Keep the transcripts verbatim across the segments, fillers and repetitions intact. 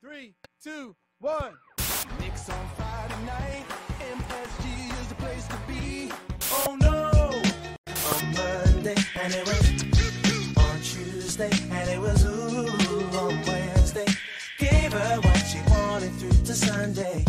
three, two, one. Knicks on Friday night, M S G is the place to be. Oh no! On Monday, and it was on Tuesday, and it was ooh on Wednesday. Gave her what she wanted through to Sunday.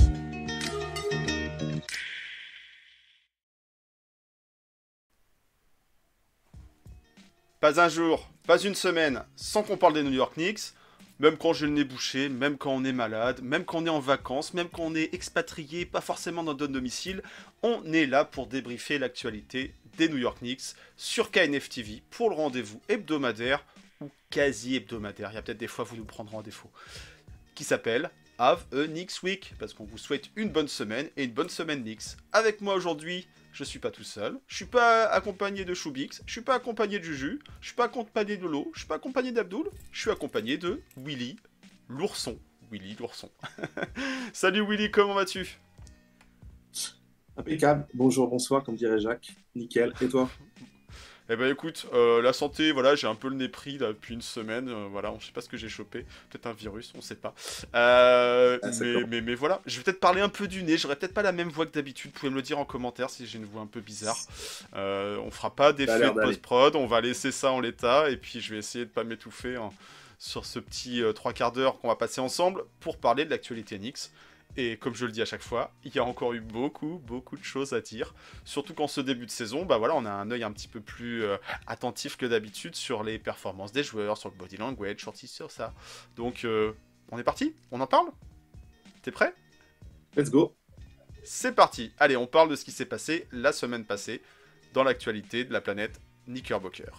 Pas un jour, pas une semaine, sans qu'on parle des New York Knicks, même quand j'ai le nez bouché, même quand on est malade, même quand on est en vacances, même quand on est expatrié, pas forcément dans notre domicile, on est là pour débriefer l'actualité des New York Knicks sur K N F T V pour le rendez-vous hebdomadaire, ou quasi hebdomadaire, il y a peut-être des fois vous nous prendrez en défaut, qui s'appelle Have a Knicks Week, parce qu'on vous souhaite une bonne semaine et une bonne semaine Knicks. Avec moi aujourd'hui, je suis pas tout seul, je suis pas accompagné de Choubix, je suis pas accompagné de Juju, je suis pas accompagné de Lolo, je suis pas accompagné d'Abdoul, je suis accompagné de Willy, l'ourson. Willy, l'ourson. Salut Willy, comment vas-tu? Impeccable, bonjour, bonsoir, comme dirait Jacques. Nickel, et toi? Eh ben écoute, euh, la santé, voilà, j'ai un peu le nez pris là, depuis une semaine, euh, voilà, on sait pas ce que j'ai chopé, peut-être un virus, on sait pas. Euh, Ah, mais, mais, mais voilà, je vais peut-être parler un peu du nez, j'aurais peut-être pas la même voix que d'habitude, vous pouvez me le dire en commentaire si j'ai une voix un peu bizarre. Euh, on fera pas d'effet de post-prod, on va laisser ça en l'état, et puis je vais essayer de pas m'étouffer hein, sur ce petit euh, trois quarts d'heure qu'on va passer ensemble pour parler de l'actualité Knicks. Et comme je le dis à chaque fois, il y a encore eu beaucoup, beaucoup de choses à dire. Surtout qu'en ce début de saison, bah voilà, on a un œil un petit peu plus euh, attentif que d'habitude sur les performances des joueurs, sur le body language, sur ci, sur ça. Donc, euh, on est parti? On en parle? T'es prêt? Let's go. C'est parti. Allez, on parle de ce qui s'est passé la semaine passée dans l'actualité de la planète Knickerbocker.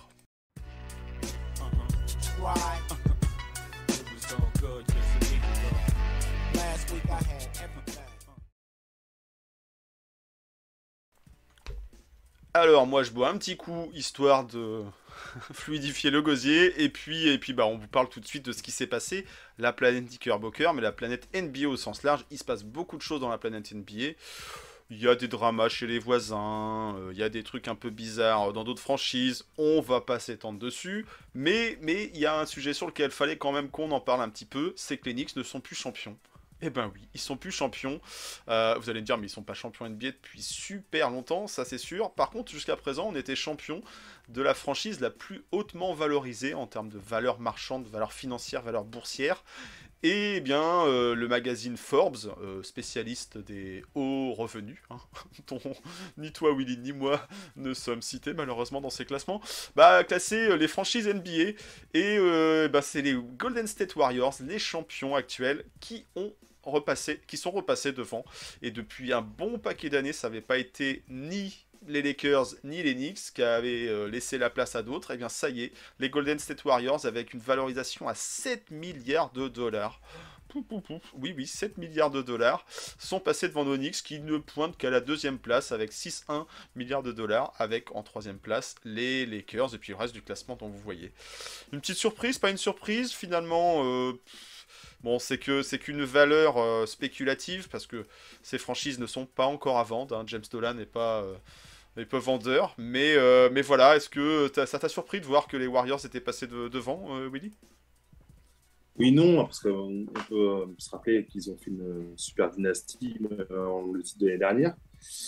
Alors moi je bois un petit coup histoire de fluidifier le gosier et puis et puis bah on vous parle tout de suite de ce qui s'est passé la planète Knickerbocker mais la planète N B A au sens large. Il se passe beaucoup de choses dans la planète N B A. Il y a des dramas chez les voisins, euh, il y a des trucs un peu bizarres dans d'autres franchises, on va pas s'étendre dessus, mais mais il y a un sujet sur lequel il fallait quand même qu'on en parle un petit peu, c'est que les Knicks ne sont plus champions. Eh ben oui, ils sont plus champions. Euh, vous allez me dire, mais ils sont pas champions N B A depuis super longtemps, ça c'est sûr. Par contre, jusqu'à présent, on était champion de la franchise la plus hautement valorisée en termes de valeur marchande, valeur financière, valeur boursière. Et eh bien, euh, le magazine Forbes, euh, spécialiste des hauts revenus, hein, dont ni toi Willy ni moi ne sommes cités malheureusement dans ces classements, bah, a classé euh, les franchises N B A. Et euh, bah, c'est les Golden State Warriors, les champions actuels, qui ont repassé, qui sont repassés devant. Et depuis un bon paquet d'années, ça n'avait pas été ni les Lakers ni les Knicks qui avaient euh, laissé la place à d'autres. Et bien ça y est, les Golden State Warriors avec une valorisation à sept milliards de dollars. Pouf, pouf, pouf. Oui, oui, sept milliards de dollars sont passés devant nos Knicks qui ne pointent qu'à la deuxième place avec six virgule un milliards de dollars, avec en troisième place les Lakers et puis le reste du classement dont vous voyez. Une petite surprise, pas une surprise, finalement... Euh... Bon, c'est que c'est qu'une valeur euh, spéculative parce que ces franchises ne sont pas encore à vendre. Hein. James Dolan n'est pas, euh, n'est pas vendeur, mais euh, mais voilà. Est-ce que ça t'a surpris de voir que les Warriors étaient passés de, devant, euh, Willy? Oui, non, parce qu'on peut euh, se rappeler qu'ils ont fait une super dynastie euh, en le titre de l'année dernière.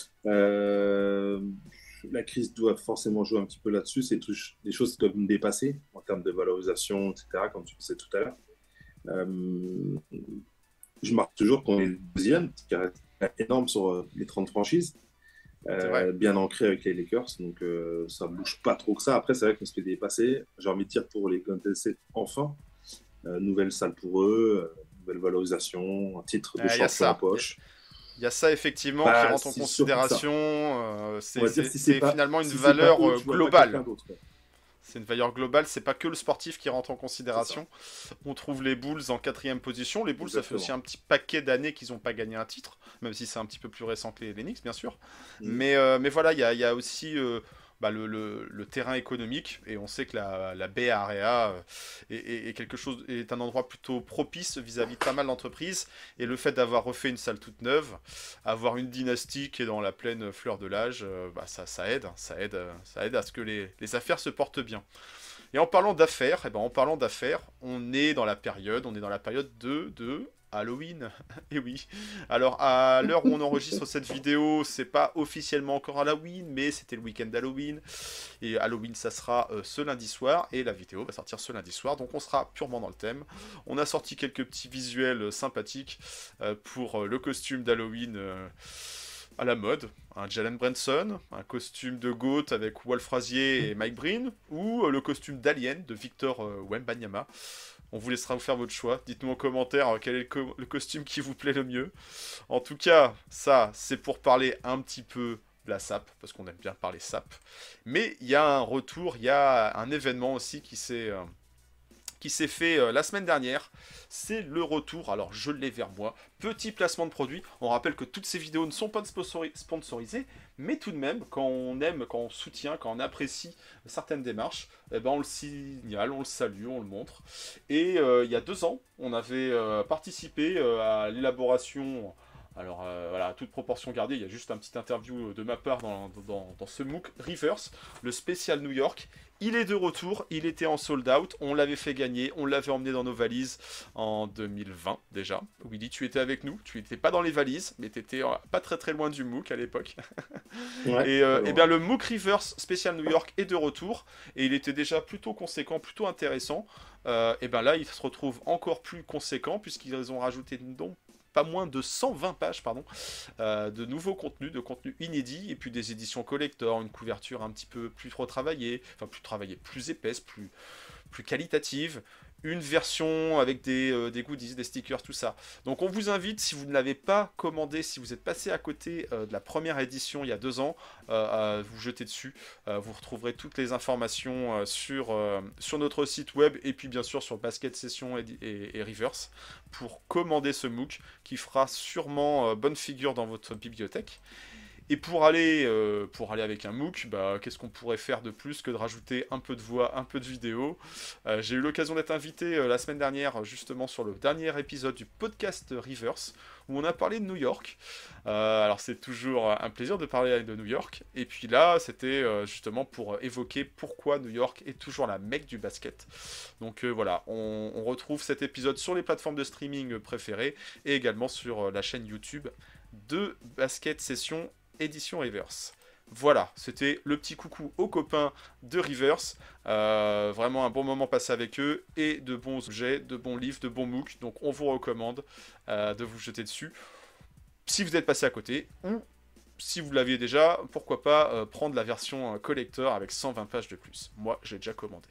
Euh, la crise doit forcément jouer un petit peu là-dessus. C'est tout, des choses qui doivent nous dépasser en termes de valorisation, et cetera, comme tu disais tout à l'heure. Euh, je marque toujours qu'on est deuxième, ce qui reste énorme sur euh, les trente franchises, euh, bien ancré avec les Lakers, donc euh, ça ne bouge pas trop que ça. Après, c'est vrai qu'on se fait dépasser. J'ai envie de dire pour les Golden State, enfin, euh, nouvelle salle pour eux, euh, nouvelle valorisation, un titre de ah, champion en poche. Il y a ça effectivement bah, qui rentre en considération. Euh, c'est si c'est finalement une si valeur eux, globale. C'est une valeur globale, c'est pas que le sportif qui rentre en considération. On trouve les Bulls en quatrième position. Les Bulls, Exactement. Ça fait aussi un petit paquet d'années qu'ils n'ont pas gagné un titre, même si c'est un petit peu plus récent que les, les Knicks, bien sûr. Mm. Mais, euh, mais voilà, il y a, y a aussi euh, bah, le, le, le terrain économique, et on sait que la, la Bay Area est, est, est, quelque chose, est un endroit plutôt propice vis-à-vis de pas mal d'entreprises, et le fait d'avoir refait une salle toute neuve, avoir une dynastie qui est dans la pleine fleur de l'âge, euh, bah, ça, ça aide, ça aide, ça aide à ce que les, les affaires se portent bien. Et en parlant d'affaires, eh ben, en parlant d'affaires, on est dans la période, on est dans la période de, de Halloween. Et oui. Alors, à l'heure où on enregistre cette vidéo, c'est pas officiellement encore Halloween, mais c'était le week-end d'Halloween. Et Halloween, ça sera euh, ce lundi soir, et la vidéo va sortir ce lundi soir, donc on sera purement dans le thème. On a sorti quelques petits visuels euh, sympathiques euh, pour euh, le costume d'Halloween euh, à la mode. Un Jalen Branson, un costume de Goat avec Wolf Frazier et Mike Breen, ou euh, le costume d'Alien de Victor euh, Wembanyama. On vous laissera vous faire votre choix. Dites-nous en commentaire euh, quel est le, co le costume qui vous plaît le mieux. En tout cas, ça, c'est pour parler un petit peu de la S A P, parce qu'on aime bien parler S A P. Mais il y a un retour, il y a un événement aussi qui s'est euh, qui s'est fait euh, la semaine dernière. C'est le retour, alors je l'ai vers moi, petit placement de produit. On rappelle que toutes ces vidéos ne sont pas sponsori sponsorisées, mais tout de même, quand on aime, quand on soutient, quand on apprécie certaines démarches, eh ben on le signale, on le salue, on le montre. Et euh, il y a deux ans, on avait euh, participé euh, à l'élaboration... Alors euh, voilà, toute proportion gardée, il y a juste un petit interview de ma part dans, dans, dans ce MOOC Reverse, le spécial New York. Il est de retour, il était en sold out, on l'avait fait gagner, on l'avait emmené dans nos valises en deux mille vingt déjà. Willy, tu étais avec nous, tu n'étais pas dans les valises, mais tu étais pas très très loin du MOOC à l'époque. Ouais, et, euh, alors. et bien le MOOC Reverse spécial New York est de retour, et il était déjà plutôt conséquent, plutôt intéressant. Euh, et bien là, il se retrouve encore plus conséquent, puisqu'ils ont rajouté donc pas moins de cent vingt pages pardon, euh, de nouveaux contenus, de contenus inédits, et puis des éditions collector, une couverture un petit peu plus retravaillée, enfin plus travaillée, plus épaisse, plus, plus qualitative, une version avec des, euh, des goodies, des stickers, tout ça. Donc on vous invite, si vous ne l'avez pas commandé, si vous êtes passé à côté euh, de la première édition il y a deux ans, euh, à vous jeter dessus. Euh, vous retrouverez toutes les informations euh, sur, euh, sur notre site web, et puis bien sûr sur Basket Session et, et, et Reverse, pour commander ce MOOC, qui fera sûrement euh, bonne figure dans votre bibliothèque. Et pour aller, euh, pour aller avec un MOOC, bah, qu'est-ce qu'on pourrait faire de plus que de rajouter un peu de voix, un peu de vidéo. euh, J'ai eu l'occasion d'être invité euh, la semaine dernière, justement sur le dernier épisode du podcast Reverse, où on a parlé de New York. Euh, alors c'est toujours un plaisir de parler de New York. Et puis là, c'était euh, justement pour évoquer pourquoi New York est toujours la mecque du basket. Donc euh, voilà, on, on retrouve cet épisode sur les plateformes de streaming préférées, et également sur euh, la chaîne YouTube de Basket Session édition Reverse. Voilà, c'était le petit coucou aux copains de Reverse. Euh, vraiment un bon moment passé avec eux, et de bons objets, de bons livres, de bons MOOC. Donc on vous recommande euh, de vous jeter dessus. Si vous êtes passé à côté, ou si vous l'aviez déjà, pourquoi pas euh, prendre la version euh, collector avec cent vingt pages de plus. Moi, j'ai déjà commandé.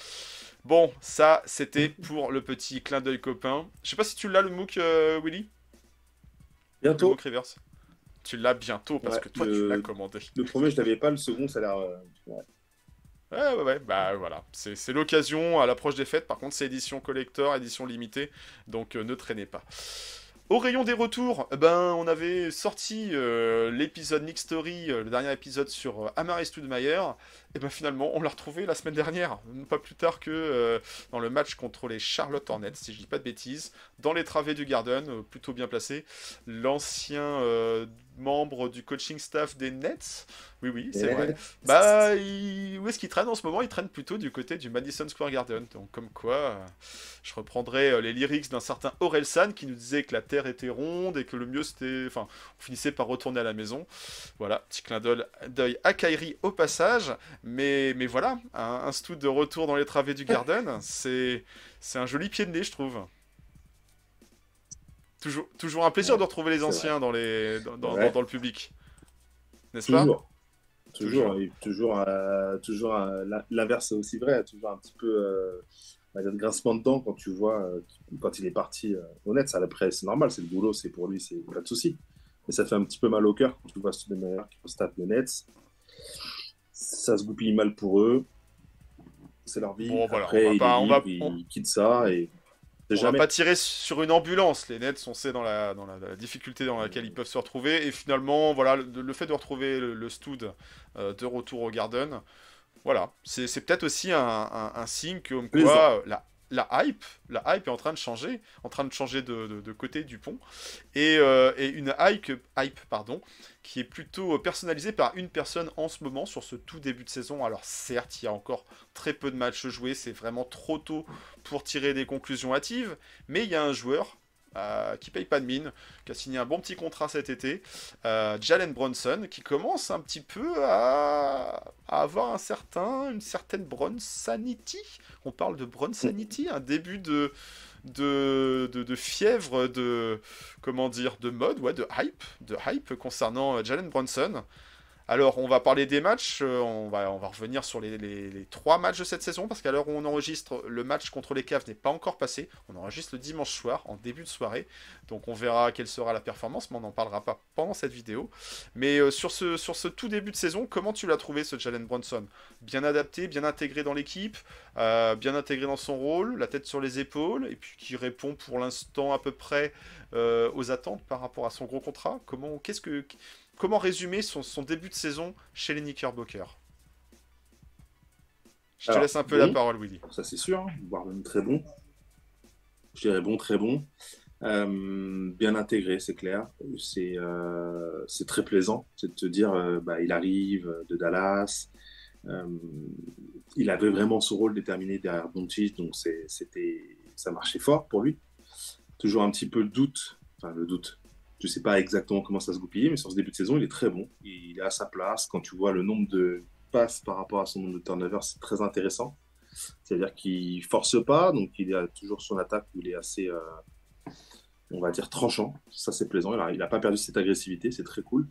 Bon, ça, c'était pour le petit clin d'œil copain. Je sais pas si tu l'as le MOOC, euh, Willy ? Bientôt. Le MOOC Reverse. Tu l'as bientôt, parce Ouais, que toi, le- tu l'as commandé. Le premier, je l'avais pas, le second, ça a l'air. euh, ouais. Ouais, ouais, ouais, bah voilà. C'est c'est l'occasion à l'approche des fêtes. Par contre, c'est édition collector, édition limitée. Donc, euh, ne traînez pas. Au rayon des retours, eh ben, on avait sorti euh, l'épisode Nick Story, euh, le dernier épisode sur euh, Amare Stoudemire. Et ben finalement, on l'a retrouvé la semaine dernière, pas plus tard que euh, dans le match contre les Charlotte Hornets, si je dis pas de bêtises, dans les travées du Garden, euh, plutôt bien placé. L'ancien euh, membre du coaching staff des Nets, oui, oui, c'est vrai. Bah, il... où est-ce qu'il traîne en ce moment? Il traîne plutôt du côté du Madison Square Garden. Donc, comme quoi, euh, je reprendrai euh, les lyrics d'un certain Orelsan qui nous disait que la Terre était ronde et que le mieux c'était. Enfin, on finissait par retourner à la maison. Voilà, petit clin d'œil à Kyrie au passage. Mais, mais voilà, un, un stud de retour dans les travées du Garden, c'est un joli pied de nez, je trouve. Toujours, toujours un plaisir Ouais, de retrouver les c'est anciens dans, les, dans, dans, Ouais. dans, dans le public. N'est-ce pas? Toujours. Toujours, Toujours. et toujours, euh, toujours euh, la- l'inverse est aussi vrai, toujours un petit peu euh, on va dire, de grincement de dents quand tu vois, euh, quand il est parti euh, honnête, ça après c'est normal, c'est le boulot, c'est pour lui, c'est pas de souci. Mais ça fait un petit peu mal au cœur quand tu vois ce meilleur qui constate le Nets. Ça se goupille mal pour eux. C'est leur vie. Bon, voilà, Après, on va il pas- est on libre, va- il on- quitte ça et On c'est jamais. va pas tirer sur une ambulance. Les Nets, on sait dans la, dans la, la difficulté dans laquelle ils peuvent se retrouver. Et finalement, voilà, le, le fait de retrouver le, le stud euh, de retour au Garden, voilà, c'est c'est peut-être aussi un, un, un signe comme Plaisant. quoi euh, la, la hype, la hype est en train de changer, en train de changer de, de, de côté du pont. Et, euh, et une hype, hype pardon, qui est plutôt personnalisée par une personne en ce moment sur ce tout début de saison. Alors certes, il y a encore très peu de matchs joués, c'est vraiment trop tôt pour tirer des conclusions hâtives, mais il y a un joueur euh, qui paye pas de mine, qui a signé un bon petit contrat cet été. Euh, Jalen Brunson, qui commence un petit peu à, à avoir un certain, une certaine Brunsonity. On parle de Brunsonity, un début de, de, de, de fièvre, de comment dire, de mode, ouais, de hype, de hype concernant Jalen Brunson. Alors, on va parler des matchs, euh, on, va, on va revenir sur les, les, les trois matchs de cette saison, parce qu'à l'heure où on enregistre, le match contre les Cavs n'est pas encore passé. On enregistre le dimanche soir, en début de soirée, donc on verra quelle sera la performance, mais on n'en parlera pas pendant cette vidéo. Mais euh, sur, ce, sur ce tout début de saison, comment tu l'as trouvé, ce Jalen Brunson? Bien adapté, bien intégré dans l'équipe, euh, bien intégré dans son rôle, la tête sur les épaules, et puis qui répond pour l'instant à peu près euh, aux attentes par rapport à son gros contrat. Comment, qu'est-ce que... Comment résumer son, son début de saison chez les Knickerbockers? Je Alors, te laisse un peu bon, la parole, Willy. ça c'est sûr, hein, voire même très bon. Je dirais bon, très bon. Euh, bien intégré, c'est clair. C'est euh, c'est très plaisant. C'est de te dire, euh, bah, il arrive de Dallas. Euh, il avait vraiment son rôle déterminé derrière Doncic, donc c'est- c'était, ça marchait fort pour lui. Toujours un petit peu le doute, enfin le doute. Je ne sais pas exactement comment ça se goupiller, mais sur ce début de saison, il est très bon. Il est à sa place. Quand tu vois le nombre de passes par rapport à son nombre de turnovers, c'est très intéressant. C'est-à-dire qu'il ne force pas, donc il a toujours son attaque où il est assez, euh, on va dire, tranchant. Ça, c'est plaisant. Il n'a pas perdu cette agressivité, c'est très cool.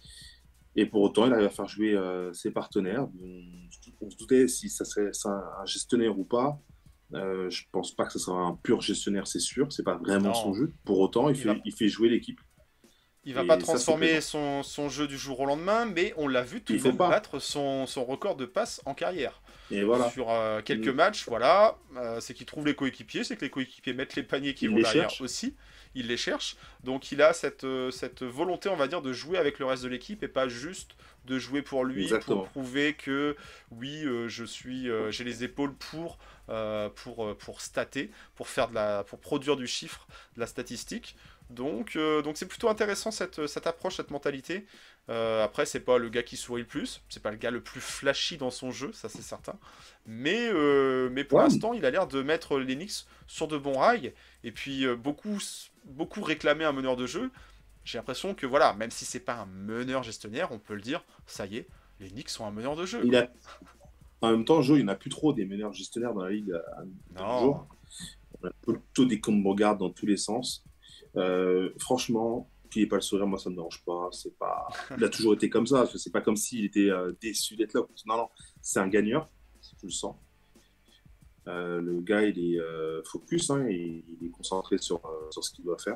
Et pour autant, il arrive à faire jouer euh, ses partenaires. On, on se doutait si ça serait ça, un gestionnaire ou pas. Euh, je pense pas que ce sera un pur gestionnaire, c'est sûr. C'est pas vraiment Non. son jeu. Pour autant, il, Il fait, va- il fait jouer l'équipe. Il va Et pas ça, c'est transformer plaisant. son, son jeu du jour au lendemain, mais on l'a vu tout Il de faut même pas. battre son, son record de passes en carrière. Et voilà, Sur euh, quelques Mm. matchs, voilà, euh, c'est qu'il trouve les coéquipiers, c'est que les coéquipiers mettent les paniers qui Il vont les derrière cherche. aussi. Il les cherche. Donc il a cette, euh, cette volonté, on va dire, de jouer avec le reste de l'équipe et pas juste de jouer pour lui, Exactement. pour prouver que oui, euh, je suis, euh, j'ai les épaules pour, euh, pour, euh, pour stater, pour faire de la, pour produire du chiffre, de la statistique. Donc, euh, donc c'est plutôt intéressant cette, cette approche, cette mentalité. Euh, après, c'est pas le gars qui sourit le plus, c'est pas le gars le plus flashy dans son jeu, ça c'est certain. Mais, euh, mais pour Ouais. l'instant, il a l'air de mettre les Knicks sur de bons rails. Et puis, euh, beaucoup, beaucoup réclamaient un meneur de jeu. J'ai l'impression que, voilà, même si c'est pas un meneur gestionnaire, on peut le dire, ça y est, les Knicks sont un meneur de jeu. Il quoi. a... En même temps, Joe, il n'y en a plus trop des meneurs gestionnaires dans la ligue à, à Non. nos jours. On a plutôt des combo gardes dans tous les sens. Euh, franchement, qu'il n'ait pas le sourire, moi, ça ne me dérange pas. C'est pas... Il a toujours été comme ça. C'est pas comme s'il était euh, déçu d'être là. Non, non, c'est un gagneur, je le sens. Euh, le gars, il est euh, focus, hein, et il est concentré sur, euh, sur ce qu'il doit faire.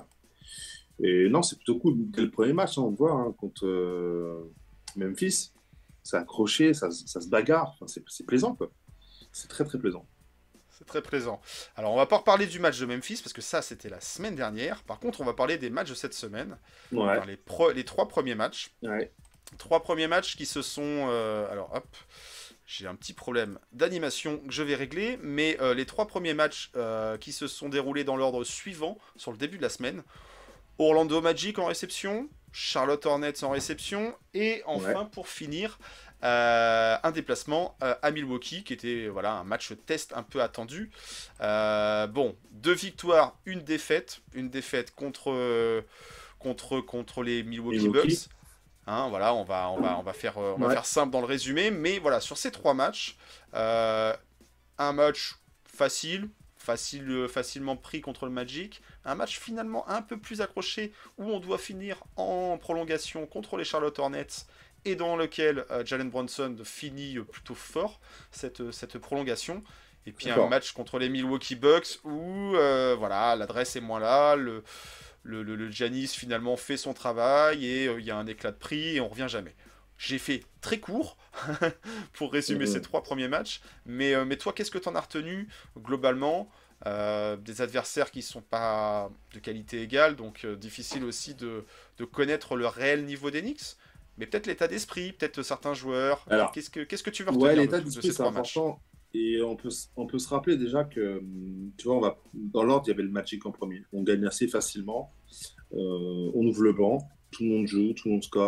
Et non, c'est plutôt cool. Dès le premier match, hein, on le voit, hein, contre euh, Memphis, c'est accroché, ça, ça se bagarre. Enfin, c'est, c'est plaisant, quoi. C'est très, très plaisant. C'est très présent. Alors, on va pas reparler du match de Memphis, parce que ça, c'était la semaine dernière. Par contre, on va parler des matchs de cette semaine. Ouais, Enfin, les, pro- les trois premiers matchs. ouais. Trois premiers matchs qui se sont... euh, alors, hop, j'ai un petit problème d'animation que je vais régler, mais euh, les trois premiers matchs euh, qui se sont déroulés dans l'ordre suivant, sur le début de la semaine. Orlando Magic en réception, Charlotte Hornets en réception, et enfin, Ouais. pour finir, euh, un déplacement euh, à Milwaukee, qui était voilà, un match test un peu attendu. Euh, bon, deux victoires, une défaite. Une défaite contre, euh, contre, contre les Milwaukee, Milwaukee. Bucks. Hein, voilà, on va, on, va, on, va faire, euh, on va Ouais. faire simple dans le résumé, mais voilà, sur ces trois matchs, euh, un match facile, facile, euh, facilement pris contre le Magic, un match finalement un peu plus accroché où on doit finir en prolongation contre les Charlotte Hornets et dans lequel euh, Jalen Brunson finit euh, plutôt fort cette, euh, cette prolongation. Et puis un D'accord. match contre les Milwaukee Bucks où euh, voilà, l'adresse est moins là, le, le, le, le Giannis finalement fait son travail et euh, il y a un éclat de prix et on revient jamais. J'ai fait très court pour résumer Mhm. ces trois premiers matchs, mais, euh, mais toi, qu'est-ce que tu en as retenu globalement? Euh, des adversaires qui ne sont pas de qualité égale, donc euh, difficile aussi de, de connaître le réel niveau des Knicks, mais peut-être l'état d'esprit, peut-être certains joueurs. Alors, Qu'est-ce que, qu'est-ce que tu veux retenir Ouais, de, l'état tout- de d'esprit, ces c'est trois matchs? important. Et on peut, s- on peut se rappeler déjà que, hum, tu vois, on va, dans l'ordre, il y avait le Magic en premier. On gagne assez facilement. Euh, on ouvre le banc, tout le monde joue, tout le monde score.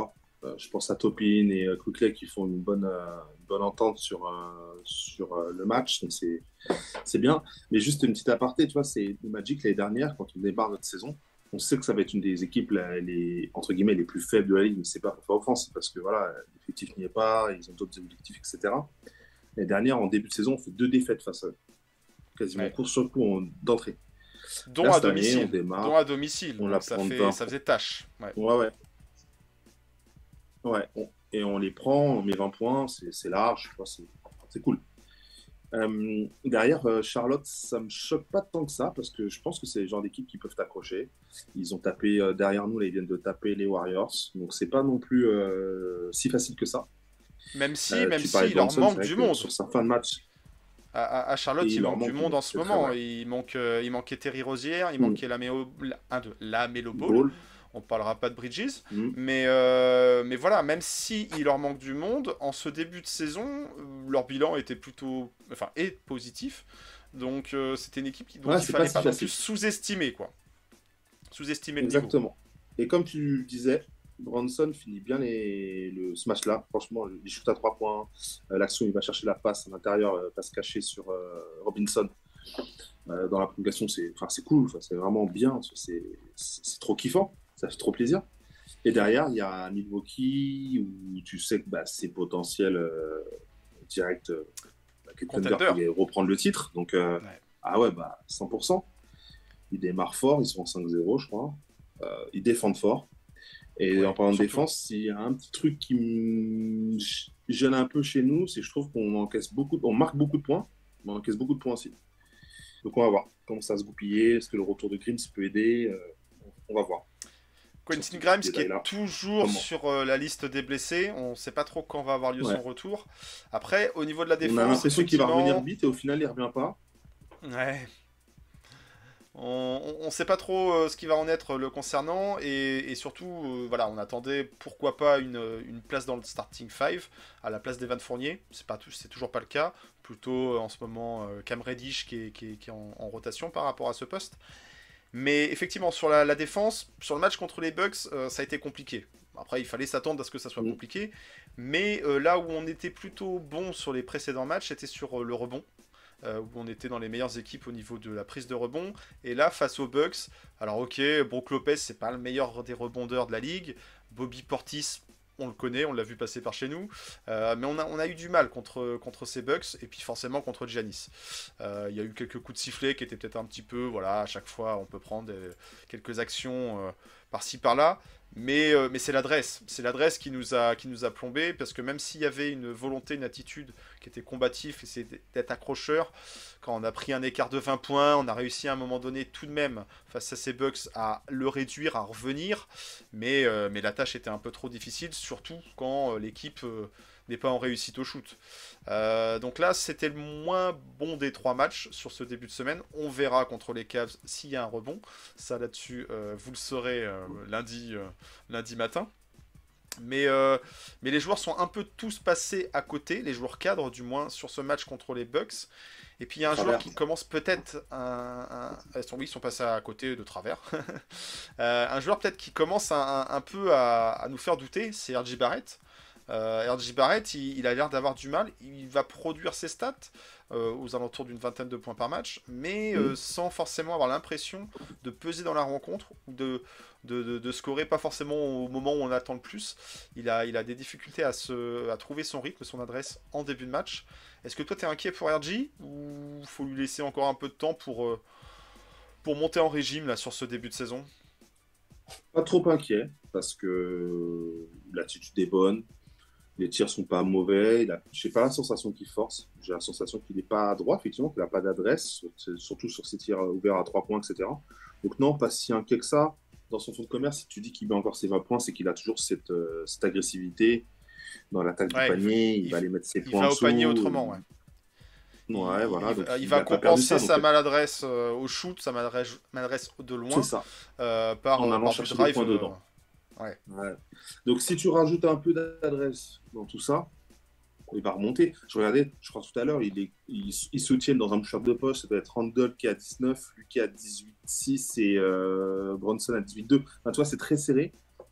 Euh, je pense à Topin et euh, Quickley qui font une bonne, euh, une bonne entente sur, euh, sur euh, le match. Donc c'est, c'est bien. Mais juste une petite aparté, tu vois, c'est le Magic l'année dernière, quand on démarre notre saison, on sait que ça va être une des équipes là, les, entre guillemets, les plus faibles de la ligue, mais c'est pas pour faire offense, c'est parce que voilà, l'effectif n'y est pas, ils ont d'autres objectifs, et cetera. L'année dernière, en début de saison, on fait deux défaites face à eux. Quasiment Ouais. court sur coup en- d'entrée. Dont Là, à cette année, domicile. on démarre. Dont à domicile. On Donc la ça, prend fait, pas. ça faisait tâche. Ouais. Ouais, ouais. Ouais, on- et on les prend, on met vingt points, c'est c'est large, tu vois, c'est c'est cool. Euh, derrière, euh, Charlotte, ça me choque pas tant que ça, parce que je pense que c'est le genre d'équipe qui peuvent t'accrocher. Ils ont tapé euh, derrière nous, là, ils viennent de taper les Warriors, donc c'est pas non plus euh, si facile que ça. Même si, Euh, même tu si, parlais de il leur Brunson, manque c'est vrai du que monde. sur sa fin de match, À, à- à Charlotte, et il il leur manque du manque monde en ce très, très moment. vrai. Il, manque, euh, il manquait Terry Rozier, il Mm. manquait la, Méo, la, un de, la Melo Ball. Ball, On parlera pas de Bridges. mm. Mais, euh, mais voilà, même si il leur manque du monde, en ce début de saison, euh, leur bilan était plutôt, enfin, est positif. Donc euh, c'était une équipe qui, dont Ouais, il c'est fallait pas si pas, non facile. plus sous-estimer, quoi. Sous-estimer le niveau. Exactement. Et comme tu disais, Bronson finit bien les, le, ce match-là. Franchement, il shoot à trois points. Euh, L'action, il va chercher la passe à l'intérieur, euh, passe cachée sur euh, Robinson. Euh, dans la prolongation, c'est enfin, c'est cool. Enfin, c'est vraiment bien. C'est c'est- c'est trop kiffant. Ça fait trop plaisir. Et derrière, il y a Milwaukee où tu sais que bah, c'est potentiel euh, direct. Euh, que Thunder Contender. pouvait reprendre le titre. Donc, euh, Ouais. ah ouais, bah, cent pour cent. Ils démarrent fort. Ils sont en cinq zéro, je crois. Euh, ils défendent fort. Et Ouais, en parlant de surtout. défense, il y a un petit truc qui me gêne un peu chez nous, c'est que je trouve qu'on encaisse beaucoup, on marque beaucoup de points, mais on encaisse beaucoup de points aussi. Donc on va voir comment ça va se goupiller, est-ce que le retour de Grimes peut aider, euh, on va voir. Quentin Sur ce Grimes qui est détail-là. toujours Comment sur euh, la liste des blessés. On ne sait pas trop quand va avoir lieu Ouais. son retour. Après, au niveau de la On défense, a l'impression qu'il va effectivement, revenir vite et au final il revient pas. Ouais. On ne sait pas trop euh, ce qui va en être le concernant et, et surtout, euh, voilà, on attendait pourquoi pas une, une place dans le starting five à la place d'Evan Fournier. C'est pas tout- c'est toujours pas le cas. Plutôt euh, en ce moment euh, Cam Reddish qui est, qui est- qui est en, en rotation par rapport à ce poste. Mais effectivement, sur la, la défense, sur le match contre les Bucks, euh, ça a été compliqué. Après, il fallait s'attendre à ce que ça soit Mm. compliqué. Mais euh, là où on était plutôt bon sur les précédents matchs, c'était sur euh, le rebond. Euh, où on était dans les meilleures équipes au niveau de la prise de rebond. Et là, face aux Bucks, alors ok, Brook Lopez, c'est pas le meilleur des rebondeurs de la ligue. Bobby Portis, on le connaît, on l'a vu passer par chez nous. Euh, mais on a, on a eu du mal contre, contre ces Bucks, et puis forcément contre Giannis. Euh, Il y a eu quelques coups de sifflet qui étaient peut-être un petit peu, voilà, à chaque fois, on peut prendre euh, quelques actions euh, par-ci par-là. Mais, euh, mais c'est l'adresse, c'est l'adresse qui nous a qui nous a plombé, parce que même s'il y avait une volonté, une attitude qui était combatif, et c'est d'être accrocheur, quand on a pris un écart de vingt points, on a réussi à un moment donné tout de même face à ces Bucks à le réduire, à revenir, mais, euh, mais la tâche était un peu trop difficile, surtout quand euh, l'équipe euh, n'est pas en réussite au shoot. Euh, donc là, c'était le moins bon des trois matchs sur ce début de semaine. On verra contre les Cavs s'il y a un rebond. Ça là-dessus, euh, vous le saurez euh, lundi, euh, lundi matin. Mais, euh, mais les joueurs sont un peu tous passés à côté, les joueurs cadres du moins, sur ce match contre les Bucks. Et puis il y a un Travers. joueur qui commence peut-être un, un- elles sont- oui, ils sont passés à côté de travers. Euh, un joueur peut-être qui commence un, un- un peu à, à nous faire douter, c'est R J Barrett. Euh, R J Barrett, il, il a l'air d'avoir du mal. Il va produire ses stats euh, aux alentours d'une vingtaine de points par match, mais euh, Mhm. sans forcément avoir l'impression de peser dans la rencontre ou de, de, de, de scorer pas forcément au moment où on attend le plus. Il a, il a des difficultés à, se, à trouver son rythme, son adresse en début de match. Est-ce que toi, tu es inquiet pour R J ou faut lui laisser encore un peu de temps pour, euh, pour monter en régime là, sur ce début de saison? Pas trop inquiet parce que l'attitude est bonne. Les tirs sont pas mauvais. Il a, j'ai pas la sensation qu'il force. J'ai la sensation qu'il n'est pas droit, effectivement, qu'il n'a pas d'adresse, sur- surtout sur ses tirs ouverts à trois points, et cetera. Donc non, pas si inquiet que ça. Dans son fonds de commerce, si tu dis qu'il met encore ses vingt points, c'est qu'il a toujours cette, euh, cette agressivité dans l'attaque Ouais, du panier. Il, il- va aller mettre ses Il points va en au dessous. panier autrement, ouais. Ouais, il, voilà. il- donc il va a pas perdu compenser ça, sa donc, maladresse euh, au shoot, sa maladresse, maladresse de c'est loin, ça. euh, par, En euh, allant par du chercher des drive. points euh, dedans. ouais. Ouais. Donc si tu rajoutes un peu d'adresse dans tout ça, il va remonter. Je regardais, je crois tout à l'heure, il est, ils, ils soutiennent dans un shot de poste, ça doit être Randall qui est à dix-neuf, lui qui est à dix-huit six et euh, Bronson à dix-huit deux. Enfin, tu vois, c'est très serré. Et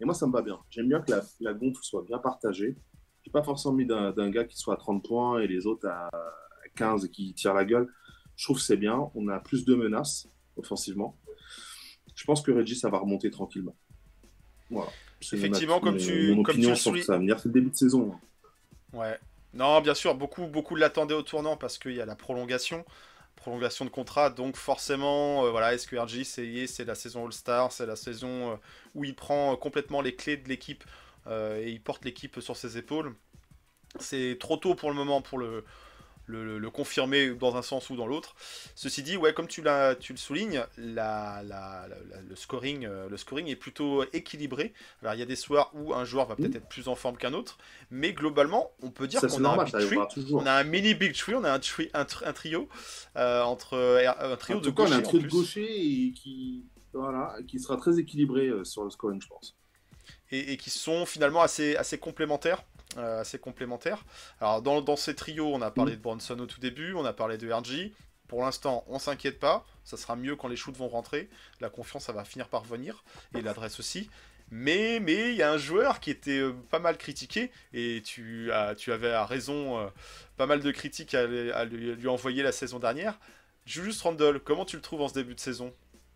Et moi, ça me va bien. J'aime bien que la, la gonfle soit bien partagée. Je n'ai pas forcément mis d'un, d'un gars qui soit à trente points et les autres à quinze et qui tirent la gueule. Je trouve que c'est bien. On a plus de menaces offensivement. Je pense que Reggie, ça va remonter tranquillement. Voilà. C'est Effectivement, mon, comme tu, mon comme opinion tu le sur soulignes. ça va venir. C'est le début de saison. Ouais. Non, bien sûr, beaucoup, beaucoup l'attendaient au tournant parce qu'il y a la prolongation. Prolongation de contrat, donc forcément, euh, voilà, est-ce que R J, c'est, c'est la saison All-Star, c'est la saison euh, où il prend euh, complètement les clés de l'équipe euh, et il porte l'équipe sur ses épaules. C'est trop tôt pour le moment pour le, le, le confirmer dans un sens ou dans l'autre. Ceci dit, ouais, comme tu, l'as, tu le soulignes, la, la, la, le, scoring, euh, le scoring est plutôt équilibré. Alors il y a des soirs où un joueur va peut-être Mmh. être plus en forme qu'un autre, mais globalement, on peut dire Ça, qu'on c'est a normal, un ça big tree. arrivera toujours. On a un mini big tree, on a un, tri- un, tri- un trio euh, entre euh, un trio En de tout cas, on a gauchers un en trio de plus. gauchers et qui, voilà, qui sera très équilibré euh, sur le scoring, je pense. Et, et qui sont finalement assez, assez complémentaires. euh, assez complémentaires. Alors dans, dans ces trios, on a parlé Mm. de Bronson au tout début, on a parlé de R J. Pour l'instant, on s'inquiète pas. Ça sera mieux quand les shoots vont rentrer. La confiance, ça va finir par venir. Et l'adresse aussi. Mais mais il y a un joueur qui était euh, pas mal critiqué. Et tu, as, tu avais à raison euh, pas mal de critiques à, à lui, lui envoyer la saison dernière. Julius Randle, comment tu le trouves en ce début de saison?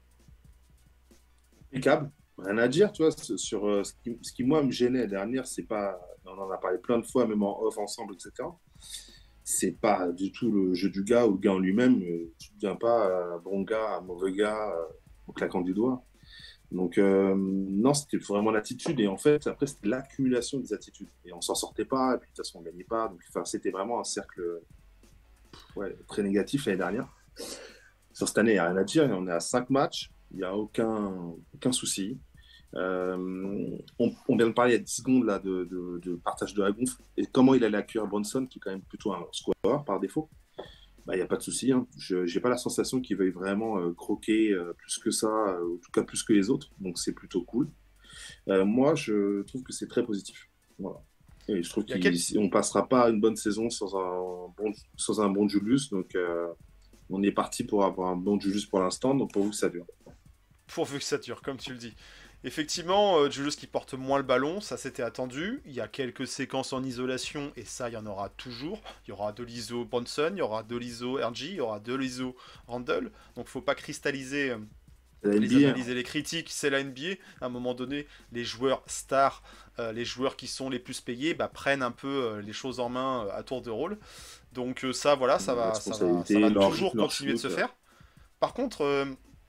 Impeccable, rien à dire, tu vois, ce- sur euh, ce qui, ce qui, moi, me gênait dernière, c'est pas, on en a parlé plein de fois, même en off ensemble, et cetera. C'est pas du tout le jeu du gars ou le gars en lui-même. euh, Tu ne deviens pas un bon gars, un mauvais gars euh, en claquant du doigt. Donc, euh, non, c'était vraiment l'attitude. Et en fait, après, c'était l'accumulation des attitudes. Et on s'en sortait pas, et puis de toute façon, on gagnait pas. Donc, enfin, c'était vraiment un cercle ouais, très négatif l'année dernière. Sur cette année, il n'y a rien à dire. On est à cinq matchs. Il n'y a aucun, aucun souci. Euh, on, on vient de parler il y a dix secondes là, de, de, de partage de la gonfle. Et comment il allait accueillir Bronson, qui est quand même plutôt un scoreur par défaut. Bah, il n'y a pas de souci. Hein. Je n'ai pas la sensation qu'il veuille vraiment euh, croquer euh, plus que ça, euh, en tout cas plus que les autres. Donc c'est plutôt cool. Euh, moi, je trouve que c'est très positif. Voilà. Et je trouve Il y a qu'on quel- ne passera pas une bonne saison sans un bon, sans un bon Julius. Donc euh, on est parti pour avoir un bon Julius pour l'instant. Donc pour vous que ça dure. Pourvu que ça dure, comme tu le dis. Effectivement, euh, Julius qui porte moins le ballon, ça c'était attendu. Il y a quelques séquences en isolation, et ça, il y en aura toujours. Il y aura de l'I S O Bronson, il y aura de l'I S O R J, il y aura de l'I S O Randle. Donc faut pas cristalliser euh, C'est la les N B A, analyses et les critiques, c'est la N B A. À un moment donné, les joueurs stars, euh, les joueurs qui sont les plus payés, bah, prennent un peu euh, les choses en main euh, à tour de rôle. Donc euh, ça, voilà, ça va, ça va, ça responsabilité, va leur toujours rythme, leur continuer de se shoot. faire. Par contre, euh,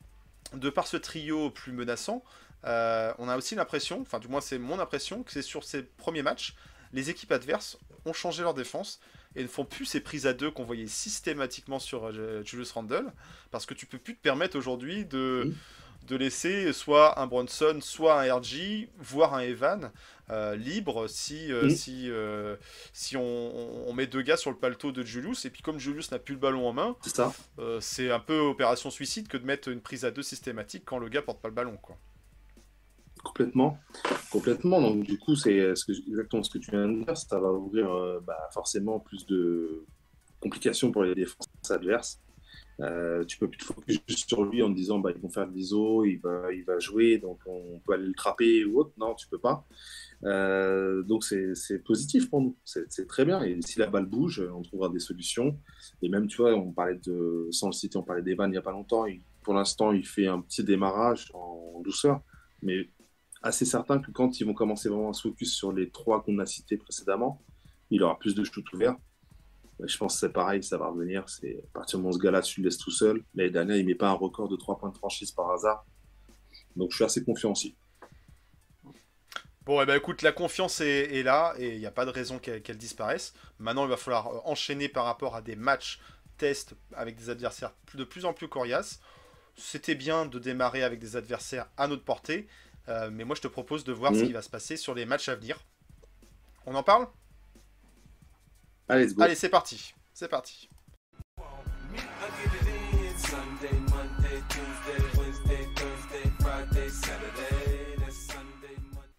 de par ce trio plus menaçant, euh, on a aussi l'impression, enfin du moins c'est mon impression, que c'est sur ces premiers matchs, les équipes adverses ont changé leur défense et ne font plus ces prises à deux qu'on voyait systématiquement sur euh, Julius Randle, parce que tu peux plus te permettre aujourd'hui de, Oui. de laisser soit un Bronson, soit un R J, voire un Evan euh, libre si, euh, Mm. si, euh, si on, on- on met deux gars sur le paletot de Julius, et puis comme Julius n'a plus le ballon en main, C'est ça. euh, c'est un peu opération suicide que de mettre une prise à deux systématique quand le gars porte pas le ballon, quoi. Complètement, complètement. Donc du coup, c'est ce que, exactement ce que tu viens de dire. Ça va ouvrir euh, bah, forcément plus de complications pour les défenses adverses. Euh, tu peux plus te focus juste sur lui en te disant bah, ils vont faire de l'I S O, il va, il va jouer, donc on peut aller le trapper ou autre. Non, tu peux pas. Euh, donc c'est c'est positif pour nous. C'est c'est très bien. Et si la balle bouge, on trouvera des solutions. Et même, tu vois, on parlait de, sans le citer, on parlait d'Evan il n'y a pas longtemps. Il- pour l'instant, il fait un petit démarrage en douceur. Mais assez certain que quand ils vont commencer vraiment à se focus sur les trois qu'on a cités précédemment, il aura plus de shoots ouverts. Je pense que c'est pareil, ça va revenir. C'est à partir du moment où ce gars-là, tu le laisses tout seul. L'année dernière, il ne met pas un record de trois points de franchise par hasard. Donc je suis assez confiant aussi. Bon, eh ben, écoute, la confiance est, est là et il n'y a pas de raison qu'elle qu'elle disparaisse. Maintenant, il va falloir euh, enchaîner par rapport à des matchs tests avec des adversaires de plus en plus coriaces. C'était bien de démarrer avec des adversaires à notre portée, euh, mais moi je te propose de voir Mhm. ce qui va se passer sur les matchs à venir. On en parle? Allez, let's go. Allez, c'est parti. C'est parti. I get it in Sunday, Monday, Tuesday, Wednesday, Thursday, Friday, Saturday. That's Sunday, Monday.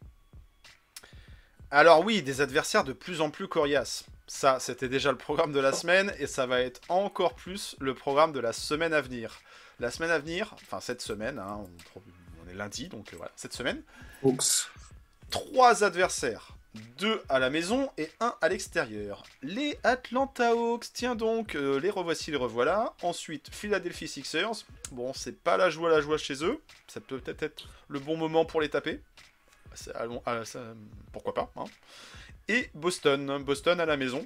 Alors oui, des adversaires de plus en plus coriaces. Ça, c'était déjà le programme de la semaine et ça va être encore plus le programme de la semaine à venir. La semaine à venir, enfin cette semaine, hein, on, on est lundi, donc euh, voilà, cette semaine, Hawks. trois adversaires. Deux à la maison et un à l'extérieur. Les Atlanta Hawks, tiens donc, euh, les revoici, les revoilà. Ensuite, Philadelphia Sixers. Bon, c'est pas la joie, la joie chez eux. Ça peut peut-être être le bon moment pour les taper. Ça, allons, ah, ça, pourquoi pas. Hein. Et Boston. Boston à la maison.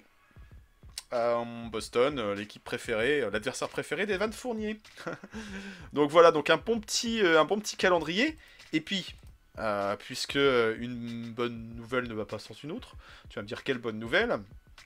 Euh, Boston, euh, l'équipe préférée, euh, l'adversaire préféré d'Evan Fournier. Donc voilà, donc un bon petit, euh, un bon petit calendrier. Et puis... Euh, puisque une bonne nouvelle ne va pas sans une autre, tu vas me dire quelle bonne nouvelle.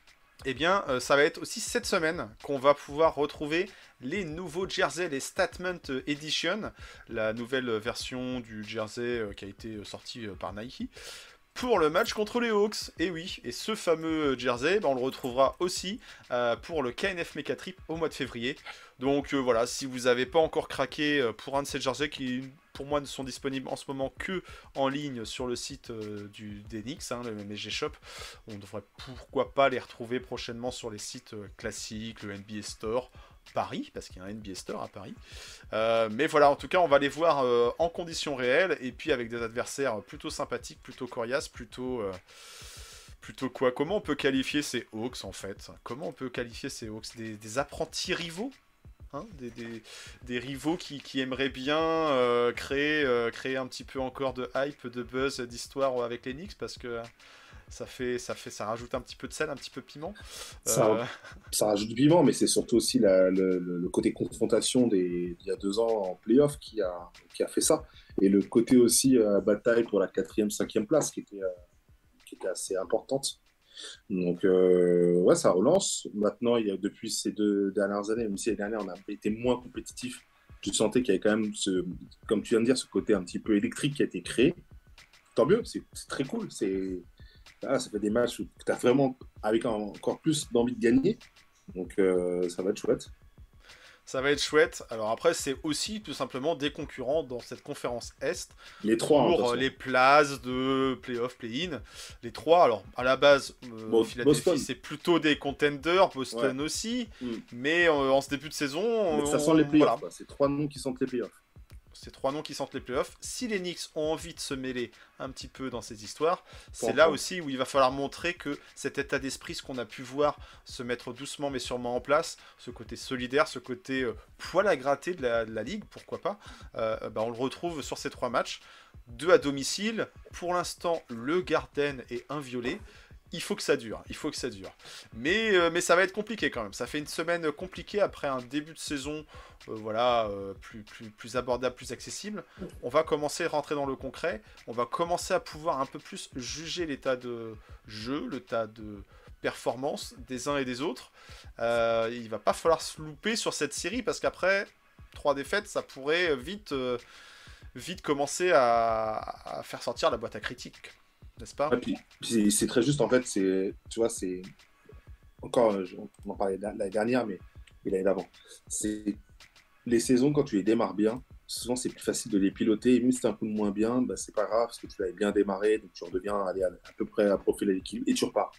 Eh bien, euh, ça va être aussi cette semaine qu'on va pouvoir retrouver les nouveaux jerseys, les Statement Edition, la nouvelle version du jersey euh, qui a été sortie euh, par Nike, pour le match contre les Hawks. Et oui, et ce fameux jersey, bah, on le retrouvera aussi euh, pour le K N F Mecha Trip au mois de février. Donc euh, voilà, si vous n'avez pas encore craqué euh, pour un de ces jerseys qui... pour moi, ne sont disponibles en ce moment que en ligne sur le site euh, du d'Enix, hein, le M S G Shop. On devrait pourquoi pas les retrouver prochainement sur les sites euh, classiques, le N B A Store, Paris, parce qu'il y a un N B A Store à Paris. Euh, mais voilà, en tout cas, on va les voir euh, en conditions réelles, et puis avec des adversaires plutôt sympathiques, plutôt coriaces, plutôt... Euh, plutôt quoi? Comment on peut qualifier ces Hawks, en fait? Comment on peut qualifier ces Hawks? Des, des apprentis rivaux? Hein, des, des, des rivaux qui, qui aimeraient bien euh, créer, euh, créer un petit peu encore de hype, de buzz, d'histoire avec les Knicks, parce que ça fait, ça fait, ça rajoute un petit peu de sel, un petit peu de piment. Ça, Euh, ça rajoute du piment, mais c'est surtout aussi la- le, le- le côté confrontation des, il y a deux ans en playoff qui a, qui a fait ça. Et le côté aussi euh, bataille pour la quatrième, cinquième place qui était, euh, qui était assez importante. Donc, euh, ouais, ça relance. Maintenant, il y a, depuis ces deux dernières années, même si l'année dernière, on a été moins compétitif, tu sentais qu'il y avait quand même, ce, comme tu viens de dire, ce côté un petit peu électrique qui a été créé. Tant mieux, c'est c'est très cool. C'est, là, ça fait des matchs où tu as vraiment, avec un- encore plus d'envie de gagner. Donc, euh, ça va être chouette. ça va être chouette. Alors après, c'est aussi tout simplement des concurrents dans cette conférence Est Les trois, hein, de toute pour euh, façon. les places de playoff, play-in. Les trois, alors à la base, euh, Bon, Philadelphie, Boston. c'est plutôt des contenders, Boston aussi, Mm. mais euh, en ce début de saison, Mais ça on- sent les playoffs. voilà. quoi. C'est trois noms qui sentent les playoffs. Ces trois noms qui sentent les playoffs. Si les Knicks ont envie de se mêler un petit peu dans ces histoires, c'est Pour là prendre. aussi où il va falloir montrer que cet état d'esprit, ce qu'on a pu voir se mettre doucement mais sûrement en place, ce côté solidaire, ce côté euh, poil à gratter de la, de la ligue, pourquoi pas, euh, bah, on le retrouve sur ces trois matchs. Deux à domicile. Pour l'instant, le Garden est inviolé. Il faut que ça dure, il faut que ça dure. Mais, euh, mais ça va être compliqué quand même. Ça fait une semaine compliquée après un début de saison euh, voilà, euh, plus, plus, plus abordable, plus accessible. On va commencer à rentrer dans le concret. On va commencer à pouvoir un peu plus juger l'état de jeu, l'état de performance des uns et des autres. Euh, il va pas falloir se louper sur cette série parce qu'après, trois défaites, ça pourrait vite, euh, vite commencer à, à faire sortir la boîte à critiques. N'est-ce pas? Et puis, puis c'est- c'est très juste, en fait, c'est, tu vois, c'est encore, euh, on en parlait l'année dernière, mais et l'année d'avant. C'est les saisons, quand tu les démarres bien, souvent c'est plus facile de les piloter. Et même si c'est un coup de moins bien, bah, c'est pas grave, parce que tu l'avais bien démarré, donc tu redeviens allez, à, à peu près à profil à l'équilibre et tu repars.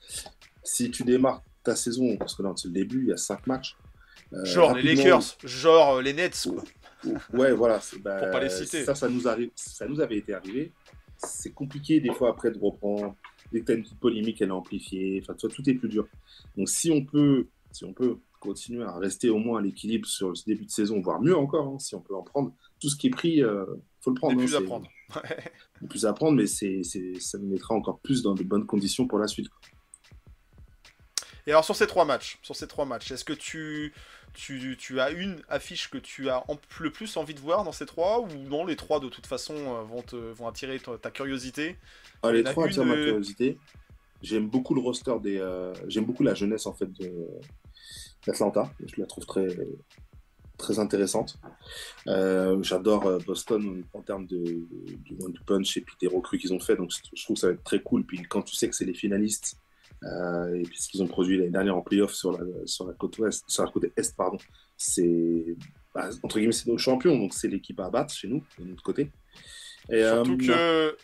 Si tu démarres ta saison, parce que là, c'est le début, il y a cinq matchs. euh, Genre les rapidement- Lakers, genre euh, les Nets, quoi. Ouais, voilà. c'est- bah, Pour pas les citer. Ça, ça nous, arrive, ça nous avait été arrivé. C'est compliqué des fois après de reprendre. Dès que tu as une petite polémique, elle est amplifiée. Enfin, tu vois, tout est plus dur. Donc, si on peut, si on peut continuer à rester au moins à l'équilibre sur ce début de saison, voire mieux encore, hein, si on peut en prendre, tout ce qui est pris, il euh, faut le prendre. Des hein, plus à c'est- prendre. des plus à prendre, mais c'est, c'est, ça nous mettra encore plus dans de bonnes conditions pour la suite. Et alors sur ces trois matchs, sur ces trois matchs, est-ce que tu, tu, tu as une affiche que tu as en- le plus envie de voir dans ces trois, ou non, les trois de toute façon euh, vont, te, vont attirer ta, ta curiosité? Ah, Il y les en a trois une, attirent ma euh, curiosité. J'aime beaucoup le roster des. euh, j'aime beaucoup la jeunesse en fait de d'Atlanta. Je la trouve très très intéressante. Euh, j'adore euh, Boston en, en termes de, de, du one two punch et puis des recrues qu'ils ont fait. Donc je trouve que ça va être très cool. Puis quand tu sais que c'est les finalistes euh, et puis ce qu'ils ont produit l'année dernière en playoff sur la sur la côte ouest, sur la côte est pardon, c'est bah, entre guillemets c'est nos champions. Donc c'est l'équipe à battre chez nous de notre côté. Et, Surtout euh, que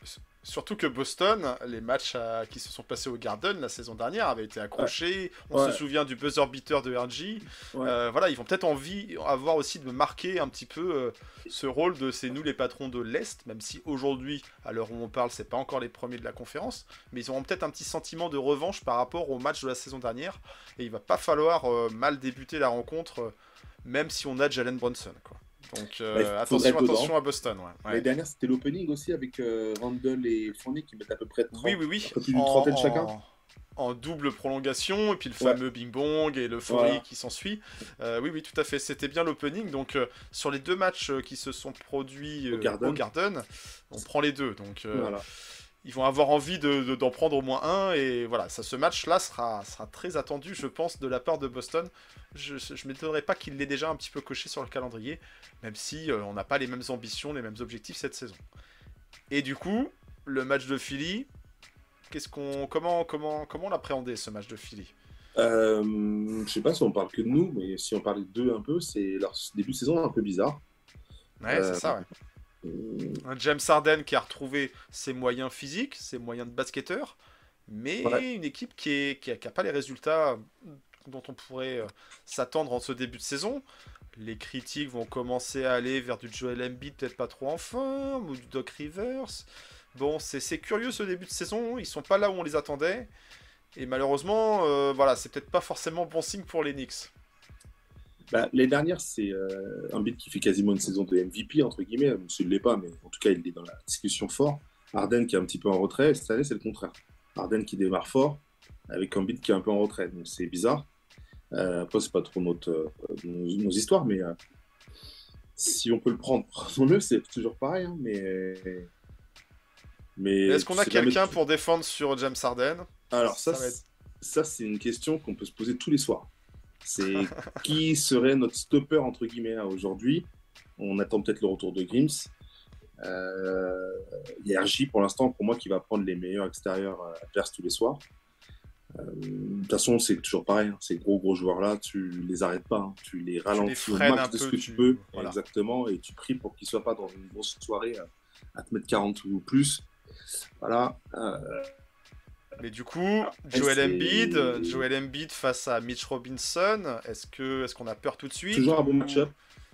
Surtout que Boston, les matchs à- qui se sont passés au Garden la saison dernière avaient été accrochés. On Ouais. se souvient du buzzer beater de R G. Ouais. Euh, voilà, ils vont peut-être envie avoir aussi de marquer un petit peu euh, ce rôle de c'est nous les patrons de l'Est, même si aujourd'hui, à l'heure où on parle, c'est pas encore les premiers de la conférence, mais ils auront peut-être un petit sentiment de revanche par rapport au match de la saison dernière. Et il va pas falloir euh, mal débuter la rencontre, euh, même si on a Jalen Brunson, quoi. Donc euh, Ouais, il faudrait attention, être dedans. attention à Boston. Ouais. Ouais. L'année dernière, c'était l'opening aussi avec euh, Randall et Fournier qui mettent à peu près trente, Oui, oui, oui. un peu plus d'une En- trentaine en- chacun. En double prolongation, et puis le Ouais. fameux Bing Bong et l'euphorie Voilà. qui s'ensuit. Euh, oui, oui, tout à fait. C'était bien l'opening. Donc, euh, sur les deux matchs euh, qui se sont produits euh, Au Garden. au Garden, on prend les deux. Donc, euh, Voilà. ils vont avoir envie de, de- d'en prendre au moins un. Et voilà, ça, ce match-là sera, sera très attendu, je pense, de la part de Boston. Je ne m'étonnerais pas qu'il l'ait déjà un petit peu coché sur le calendrier, même si euh, on n'a pas les mêmes ambitions, les mêmes objectifs cette saison. Et du coup, le match de Philly, qu'est-ce qu'on, comment, comment, comment l'appréhender ce match de Philly? Euh, je sais pas si on parle que de nous, mais si on parle d'eux un peu, c'est leur début de saison un peu bizarre. Ouais, Euh, c'est ça, ouais. Euh, Un James Harden qui a retrouvé ses moyens physiques, ses moyens de basketteur, mais Ouais. une équipe qui est qui a, qui a pas les résultats dont on pourrait euh, s'attendre en ce début de saison. Les critiques vont commencer à aller vers du Joel Embiid, peut-être pas trop en forme, ou du Doc Rivers. Bon, c'est c'est curieux ce début de saison, ils sont pas là où on les attendait, et malheureusement, euh, voilà, c'est peut-être pas forcément bon signe pour les Knicks. Bah, l'année dernière, c'est euh, un beat qui fait quasiment une saison de M V P, entre guillemets. Même s'il ne l'est pas, mais en tout cas, il est dans la discussion fort. Harden qui est un petit peu en retrait. Cette année, c'est le contraire. Harden qui démarre fort, avec un beat qui est un peu en retrait. Donc, c'est bizarre. Euh, après, c'est pas trop notre, euh, nos, nos histoires, mais euh, si on peut le prendre, prenons-le. C'est toujours pareil. Hein, mais mais Est-ce qu'on a c'est jamais- quelqu'un pour défendre sur James Harden? Alors, ça, Ça va être- c'est- ça, c'est une question qu'on peut se poser tous les soirs. C'est qui serait notre stopper, entre guillemets, là, aujourd'hui? On attend peut-être le retour de Grims. Euh, Il y a R J, pour l'instant, pour moi, qui va prendre les meilleurs extérieurs euh, adverses tous les soirs. Euh, De toute façon, c'est toujours pareil. Hein. Ces gros, gros joueurs-là, tu les arrêtes pas. Hein. Tu les ralentis freines au max un de ce peu, que tu- tu peux. voilà. Exactement. Et tu pries pour qu'ils ne soient pas dans une grosse soirée euh, à te mettre quarante ou plus. Voilà. Euh, Mais du coup, Joel c'est- Embiid, Joel Embiid face à Mitch Robinson, est-ce que est-ce qu'on a peur tout de suite? Toujours un bon ou- match-up.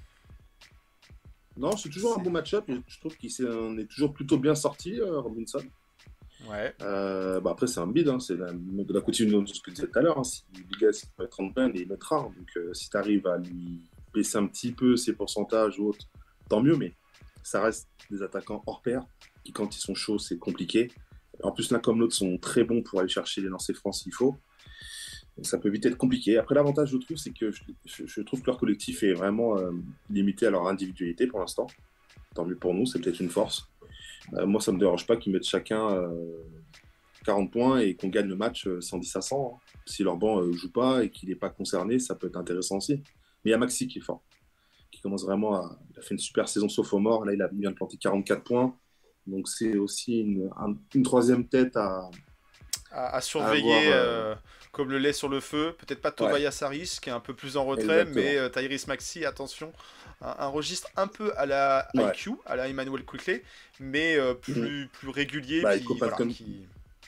Non, c'est toujours un bon match-up. et Je trouve qu'il s'est- on est toujours plutôt bien sorti, euh, Robinson. Ouais. Euh, bah après, c'est un bid. Hein, c'est la, de la continuité de ce que tu disais tout à l'heure. Hein, si le gars s'il peut être trente points, il mettra. Hein, donc, euh, si tu arrives à lui baisser un petit peu ses pourcentages ou autre, tant mieux. Mais ça reste des attaquants hors pair qui, quand ils sont chauds, c'est compliqué. En plus, l'un comme l'autre sont très bons pour aller chercher les lancers francs s'il faut. Donc, ça peut vite être compliqué. Après, l'avantage, je trouve, c'est que je, je- je trouve que leur collectif est vraiment euh, limité à leur individualité pour l'instant. Tant mieux pour nous, c'est peut-être une force. Euh, moi, ça ne me dérange pas qu'ils mettent chacun euh, quarante points et qu'on gagne le match euh, cent dix à cent. Hein. Si leur banc ne joue pas et qu'il n'est pas concerné, ça peut être intéressant aussi. Mais il y a Maxi qui est fort, qui commence vraiment à... Il a fait une super saison sophomore. Là, il a bien planté quarante-quatre points. Donc, c'est aussi une, un- une troisième tête à... À, à surveiller À voir, euh, euh, comme le lait sur le feu. Peut-être pas Tobias Harris qui est un peu plus en retrait, Exactement. mais euh, Tyrese Maxey, attention, un, un registre un peu à la Ouais. I Q, à la Emmanuel Quickley, mais euh, plus, plus régulier. Bah, puis, et copain de voilà, con- qui...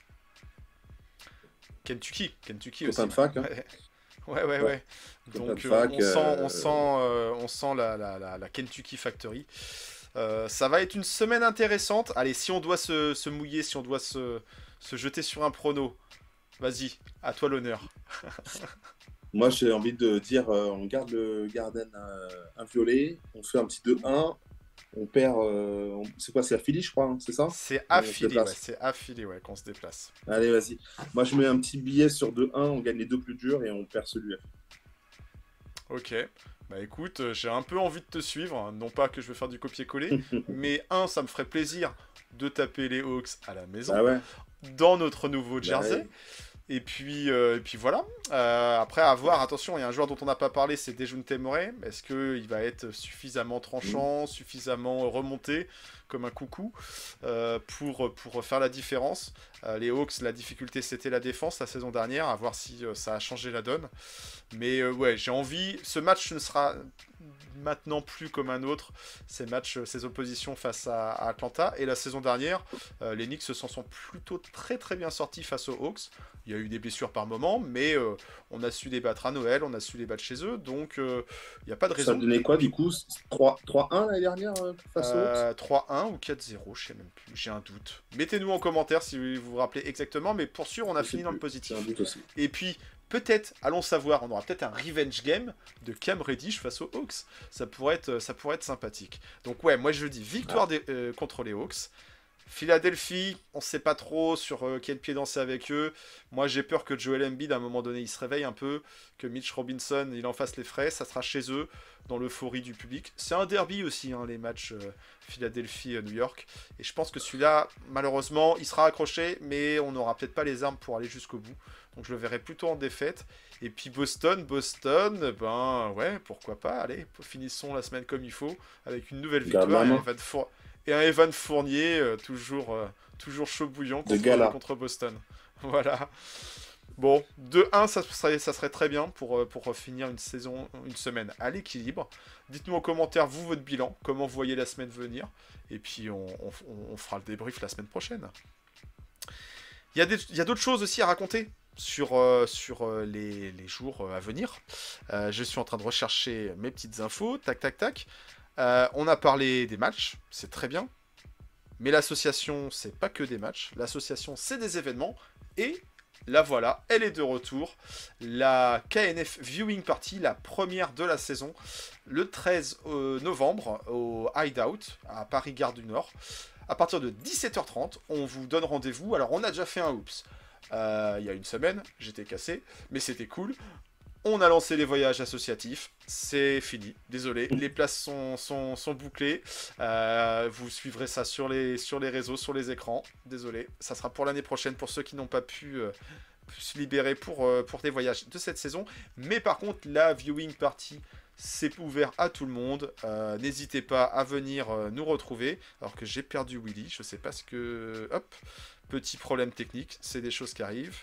Kentucky, Kentucky Copain aussi. de fac. Hein. Ouais, ouais, ouais. Ouais. ouais. Copain Donc de euh, fac, on sent, euh, on sent, euh, on sent la, la, la, la Kentucky Factory. Euh, ça va être une semaine intéressante. Allez, si on doit se, se mouiller, si on doit se, se jeter sur un prono, vas-y, à toi l'honneur. Moi, j'ai envie de dire, euh, on garde le Garden euh, inviolé, on fait un petit deux un, on perd, euh, on- c'est quoi, c'est à Philly, je crois, hein, c'est ça? C'est On se affilé, ouais, déplace. c'est affilé, ouais, qu'on se déplace. Allez, vas-y. Moi, je mets un petit billet sur deux un, on gagne les deux plus durs et on perd celui-là. Ok, bah écoute, euh, j'ai un peu envie de te suivre, hein. Non pas que je vais faire du copier-coller, mais un, ça me ferait plaisir de taper les Hawks à la maison, Ah ouais. dans notre nouveau Bah jersey. ouais. Et puis, euh, et puis voilà. Euh, après, à voir, attention, il y a un joueur dont on n'a pas parlé, c'est Dejounte Murray. Est-ce qu'il va être suffisamment tranchant, suffisamment remonté, comme un coucou, euh, pour, pour faire la différence? Euh, Les Hawks, la difficulté, c'était la défense la saison dernière, à voir si euh, ça a changé la donne. Mais euh, ouais, j'ai envie. Ce match ne sera maintenant plus comme un autre ces matchs, ces oppositions face à, à Atlanta. Et la saison dernière, euh, les Knicks s'en sont plutôt très très bien sortis face aux Hawks. Il y a eu des blessures par moment, mais euh, on a su les battre à Noël, on a su les battre chez eux, donc euh, il n'y a pas de raison. Ça donnait quoi du coup? trois un l'année dernière euh, face aux Hawks euh, trois un ou quatre zéro, je sais même plus, j'ai un doute. Mettez-nous en commentaire si vous vous rappelez exactement, mais pour sûr, on a Je sais fini dans le plus. positif. J'ai un doute aussi. Et puis, peut-être, allons savoir, on aura peut-être un revenge game de Cam Reddish face aux Hawks. Ça pourrait être, ça pourrait être sympathique. Donc ouais, moi je dis victoire Ah. des, euh, contre les Hawks. Philadelphie, on ne sait pas trop sur euh, quel pied danser avec eux. Moi j'ai peur que Joel Embiid, à un moment donné, il se réveille un peu, que Mitch Robinson, il en fasse les frais. Ça sera chez eux, dans l'euphorie du public. C'est un derby aussi, hein, les matchs euh, Philadelphie-New York. Et je pense que celui-là, malheureusement, il sera accroché, mais on n'aura peut-être pas les armes pour aller jusqu'au bout. Donc je le verrai plutôt en défaite. Et puis Boston, Boston, ben ouais, pourquoi pas. Allez, finissons la semaine comme il faut, avec une nouvelle Garde victoire la et un, main. Evan Four- et un Evan Fournier euh, toujours, euh, toujours chaud bouillant De gala. contre, contre Boston. Voilà. Bon, deux un, ça serait, ça serait très bien pour, euh, pour finir une saison, une semaine à l'équilibre. Dites-nous en commentaire, vous, votre bilan, comment vous voyez la semaine venir. Et puis on, on, on fera le débrief la semaine prochaine. Il y a, des, il y a d'autres choses aussi à raconter sur, euh, sur euh, les, les jours euh, à venir. Euh, je suis en train de rechercher mes petites infos. Tac, tac, tac. Euh, on a parlé des matchs, c'est très bien. Mais l'association, c'est pas que des matchs. L'association, c'est des événements. Et la voilà, elle est de retour. La K N F Viewing Party, la première de la saison, le treize novembre au Hideout, à Paris-Gare du Nord. À partir de dix-sept heures trente, on vous donne rendez-vous. Alors, on a déjà fait un Oops euh, il y a une semaine, j'étais cassé, mais c'était cool. On a lancé les voyages associatifs, c'est fini, désolé, les places sont, sont, sont bouclées, euh, vous suivrez ça sur les, sur les réseaux, sur les écrans, désolé, ça sera pour l'année prochaine pour ceux qui n'ont pas pu, euh, pu se libérer pour, euh, pour des voyages de cette saison, mais par contre la viewing party, c'est ouvert à tout le monde, euh, n'hésitez pas à venir euh, nous retrouver, alors que j'ai perdu Willy, je sais pas ce que... Hop, petit problème technique, c'est des choses qui arrivent.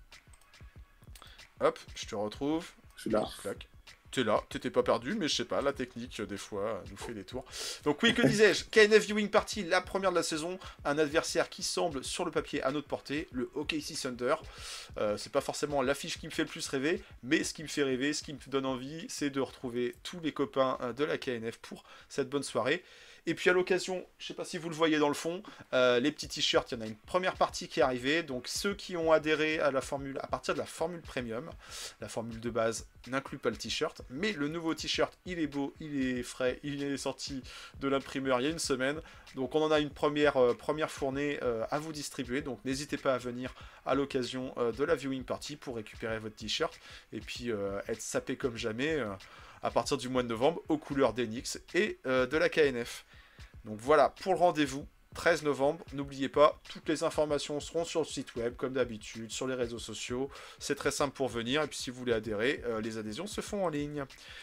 Hop, je te retrouve. Je suis là. Clac. T'es là, t'étais pas perdu, mais je sais pas, la technique, euh, des fois, euh, nous fait des tours. Donc oui, que disais-je, K N F Viewing Party, la première de la saison, un adversaire qui semble, sur le papier, à notre portée, le O K C Thunder. Euh, c'est pas forcément l'affiche qui me fait le plus rêver, mais ce qui me fait rêver, ce qui me donne envie, c'est de retrouver tous les copains euh, de la K N F pour cette bonne soirée. Et puis à l'occasion, je sais pas si vous le voyez dans le fond, euh, les petits t-shirts, il y en a une première partie qui est arrivée. Donc ceux qui ont adhéré à la formule, à partir de la formule premium, la formule de base n'inclut pas le t-shirt, mais le nouveau t-shirt, il est beau, il est frais, il est sorti de l'imprimeur il y a une semaine. Donc on en a une première, euh, première fournée euh, à vous distribuer. Donc n'hésitez pas à venir à l'occasion euh, de la viewing party pour récupérer votre t-shirt et puis euh, être sapé comme jamais euh, à partir du mois de novembre aux couleurs des Knicks et euh, de la K N F. Donc voilà pour le rendez-vous, treize novembre. N'oubliez pas, toutes les informations seront sur le site web, comme d'habitude, sur les réseaux sociaux. C'est très simple pour venir. Et puis si vous voulez adhérer, euh, les adhésions se font en ligne.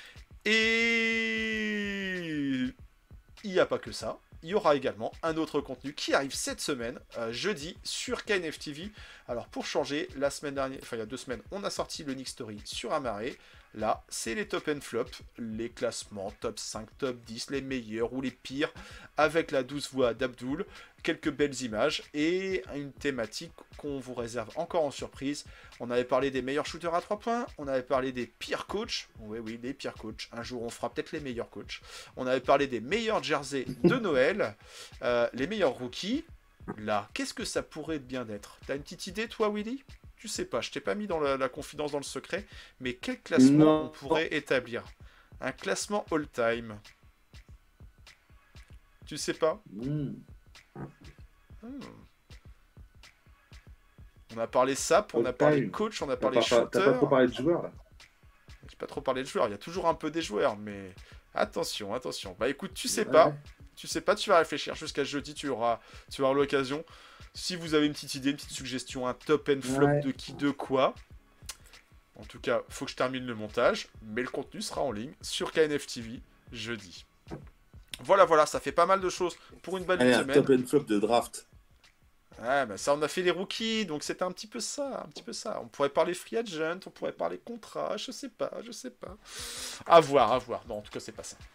Et il n'y a pas que ça. Il y aura également un autre contenu qui arrive cette semaine, euh, jeudi, sur K N F T V. Alors pour changer, la semaine dernière, enfin il y a deux semaines, on a sorti le Nick Story sur Amaré. Là, c'est les top and flop, les classements top cinq, top dix, les meilleurs ou les pires, avec la douce voix d'Abdoul, quelques belles images et une thématique qu'on vous réserve encore en surprise. On avait parlé des meilleurs shooters à trois points, on avait parlé des pires coachs, oui oui, les pires coachs, un jour on fera peut-être les meilleurs coachs. On avait parlé des meilleurs jerseys de Noël, euh, les meilleurs rookies. Là, qu'est-ce que ça pourrait bien être? T'as une petite idée toi Willy? Tu sais pas, je t'ai pas mis dans la, la confidence dans le secret, mais quel classement Non. on pourrait établir? Un classement all-time. Tu sais pas? Mmh. Hmm. On a parlé sap, on a parlé All-time. coach, on a T'as parlé pas, t'as shooter. pas trop parlé de joueurs là. J'ai pas trop parlé de joueurs, il y a toujours un peu des joueurs, mais attention, attention. Bah écoute, tu sais Ouais. pas, tu sais pas, tu vas réfléchir jusqu'à jeudi, tu auras, tu auras l'occasion. Si vous avez une petite idée, une petite suggestion, un top and flop Ouais. de qui, de quoi. En tout cas, faut que je termine le montage, mais le contenu sera en ligne sur K N F T V jeudi. Voilà, voilà, ça fait pas mal de choses pour une bonne Allez, un semaine. top and flop de draft. Ouais, bah ça, on a fait les rookies, donc c'était un petit peu ça, un petit peu ça. On pourrait parler free agent, on pourrait parler contrat, je sais pas, je sais pas. À voir, à voir. Non, en tout cas, c'est pas ça.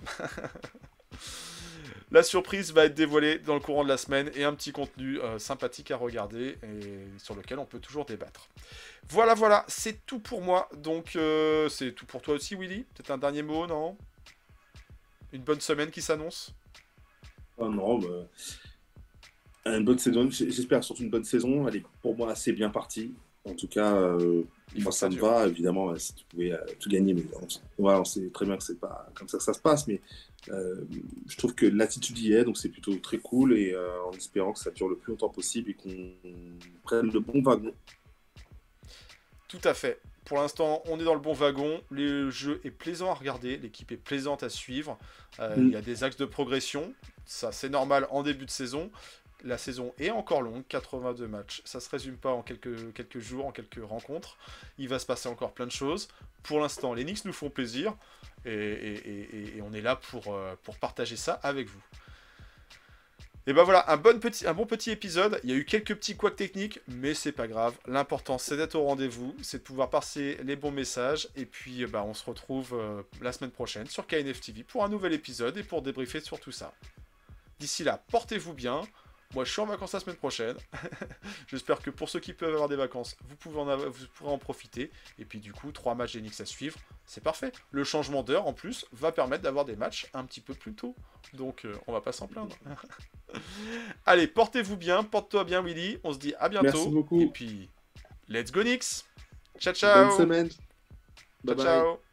La surprise va être dévoilée dans le courant de la semaine et un petit contenu euh, sympathique à regarder et sur lequel on peut toujours débattre. Voilà, voilà, c'est tout pour moi. Donc, euh, c'est tout pour toi aussi, Willy. Peut-être un dernier mot, non? Une bonne semaine qui s'annonce? Oh non, bah, une bonne saison. J- J'espère surtout une bonne saison. Elle est pour moi assez bien partie. En tout cas, euh, Il faut moi que ça ça me dure. va. Évidemment, euh, si tu pouvais euh, tout gagner, mais on, voilà, on sait très bien que c'est pas comme ça que ça se passe. Mais euh, je trouve que l'attitude y est, donc c'est plutôt très cool. Et euh, en espérant que ça dure le plus longtemps possible et qu'on prenne le bon wagon. Tout à fait. Pour l'instant, on est dans le bon wagon. Le jeu est plaisant à regarder. L'équipe est plaisante à suivre. Euh, Mm. Il y a des axes de progression. Ça, c'est normal en début de saison. La saison est encore longue, quatre-vingt-deux matchs. Ça se résume pas en quelques, quelques jours, en quelques rencontres. Il va se passer encore plein de choses. Pour l'instant, les Knicks nous font plaisir. Et, et- et- et on est là pour, euh, pour partager ça avec vous. Et ben voilà, un bon, petit, un bon petit épisode. Il y a eu quelques petits couacs techniques, mais c'est pas grave. L'important, c'est d'être au rendez-vous, c'est de pouvoir passer les bons messages. Et puis, bah, on se retrouve euh, la semaine prochaine sur K N F T V pour un nouvel épisode et pour débriefer sur tout ça. D'ici là, portez-vous bien. Moi, je suis en vacances la semaine prochaine. J'espère que pour ceux qui peuvent avoir des vacances, vous, pouvez en avoir- vous pourrez en profiter. Et puis, du coup, trois matchs d'Enix à suivre. C'est parfait. Le changement d'heure, en plus, va permettre d'avoir des matchs un petit peu plus tôt. Donc, euh, on va pas s'en plaindre. Allez, portez-vous bien. Porte-toi bien, Willy. On se dit à bientôt. Merci beaucoup. Et puis, let's go Knicks. Ciao, Bonne ciao. semaine. Ciao, Bye bye. ciao.